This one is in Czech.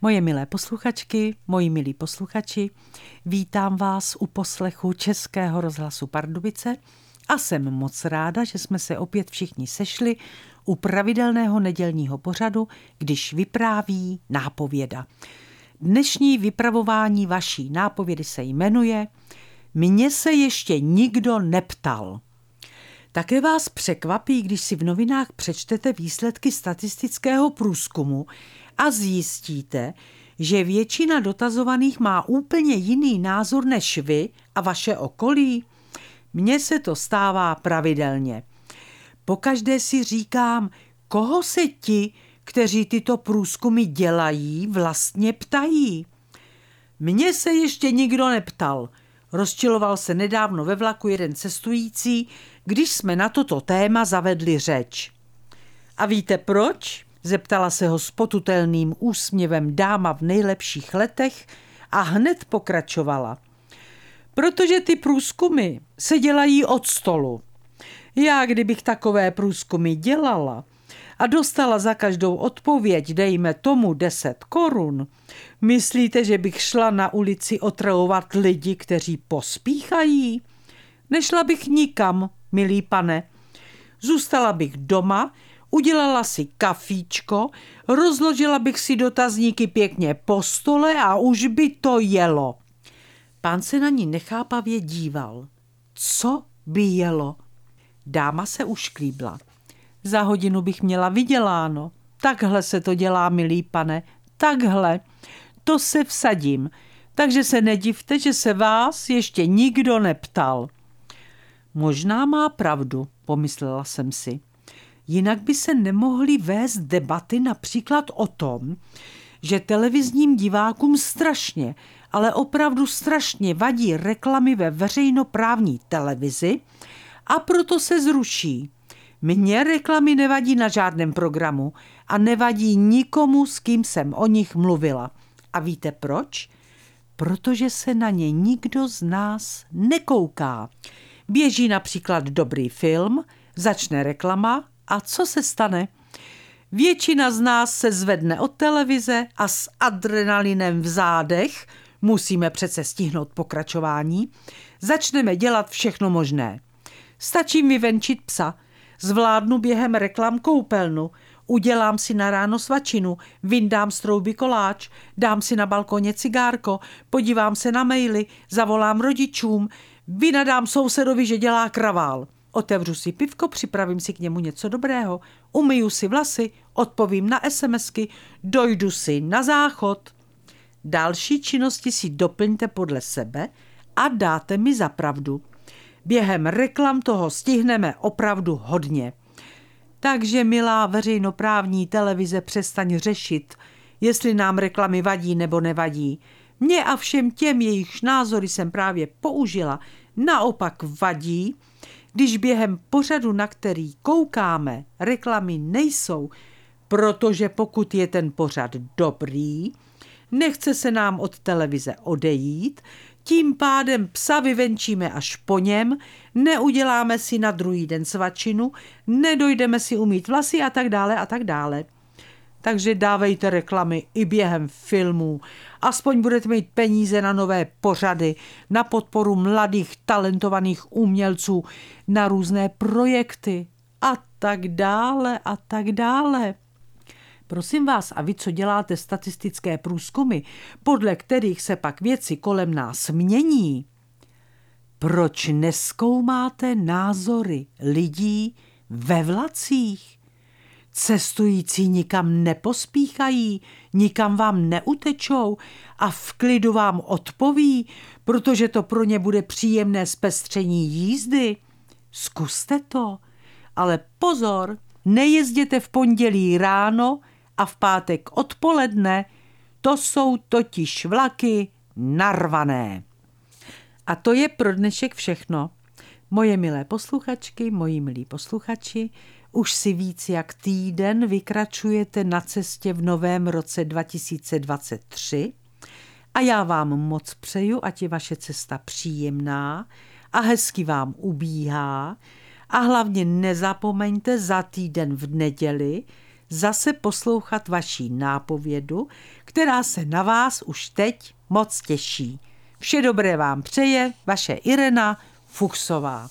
Moje milé posluchačky, moji milí posluchači, vítám vás u poslechu Českého rozhlasu Pardubice a jsem moc ráda, že jsme se opět všichni sešli u pravidelného nedělního pořadu, když vypráví nápověda. Dnešní vypravování vaší nápovědy se jmenuje Mně se ještě nikdo neptal. Také vás překvapí, když si v novinách přečtete výsledky statistického průzkumu a zjistíte, že většina dotazovaných má úplně jiný názor než vy a vaše okolí. Mně se to stává pravidelně. Pokaždé si říkám, koho se ti, kteří tyto průzkumy dělají, vlastně ptají. Mně se ještě nikdo neptal. Rozčiloval se nedávno ve vlaku jeden cestující, když jsme na toto téma zavedli řeč. A víte proč? Zeptala se ho s potutelným úsměvem dáma v nejlepších letech a hned pokračovala. Protože ty průzkumy se dělají od stolu. Já, kdybych takové průzkumy dělala a dostala za každou odpověď, dejme tomu 10 korun, myslíte, že bych šla na ulici otravovat lidi, kteří pospíchají? Nešla bych nikam, milý pane. Zůstala bych doma, udělala si kafíčko, rozložila bych si dotazníky pěkně po stole a už by to jelo. Pán se na ní nechápavě díval. Co by jelo? Dáma se ušklíbla. Za hodinu bych měla vyděláno. Takhle se to dělá, milý pane, takhle. To se vsadím, takže se nedivte, že se vás ještě nikdo neptal. Možná má pravdu, pomyslela jsem si. Jinak by se nemohly vést debaty například o tom, že televizním divákům strašně, ale opravdu strašně vadí reklamy ve veřejnoprávní televizi a proto se zruší. Mně reklamy nevadí na žádném programu a nevadí nikomu, s kým jsem o nich mluvila. A víte proč? Protože se na ně nikdo z nás nekouká. Běží například dobrý film, začne reklama a co se stane? Většina z nás se zvedne od televize a s adrenalinem v zádech, musíme přece stihnout pokračování, začneme dělat všechno možné. Stačí mi venčit psa, zvládnu během reklam koupelnu, udělám si na ráno svačinu, vyndám z trouby koláč, dám si na balkoně cigárko, podívám se na maily, zavolám rodičům, vynadám sousedovi, že dělá kravál. Otevřu si pivko, připravím si k němu něco dobrého, umyju si vlasy, odpovím na SMSky, dojdu si na záchod. Další činnosti si doplňte podle sebe a dáte mi za pravdu. Během reklam toho stihneme opravdu hodně. Takže, milá veřejnoprávní televize, přestaň řešit, jestli nám reklamy vadí nebo nevadí. Mně a všem těm, jejichž názory jsem právě použila, naopak vadí, když během pořadu, na který koukáme, reklamy nejsou, protože pokud je ten pořad dobrý, nechce se nám od televize odejít, tím pádem psa vyvenčíme až po něm, neuděláme si na druhý den svačinu, nedojdeme si umýt vlasy a tak dále a tak dále. Takže dávejte reklamy i během filmů. Aspoň budete mít peníze na nové pořady, na podporu mladých talentovaných umělců, na různé projekty a tak dále a tak dále. Prosím vás, a vy, co děláte statistické průzkumy, podle kterých se pak věci kolem nás mění, proč nezkoumáte názory lidí ve vlacích? Cestující nikam nepospíchají, nikam vám neutečou a v klidu vám odpoví, protože to pro ně bude příjemné zpestření jízdy. Zkuste to, ale pozor, nejezděte v pondělí ráno a v pátek odpoledne, to jsou totiž vlaky narvané. A to je pro dnešek všechno. Moje milé posluchačky, moji milí posluchači, už si víc jak týden vykračujete na cestě v novém roce 2023 a já vám moc přeju, ať je vaše cesta příjemná a hezky vám ubíhá a hlavně nezapomeňte za týden v neděli zase poslouchat vaší nápovědu, která se na vás už teď moc těší. Vše dobré vám přeje vaše Irena Fuchsová.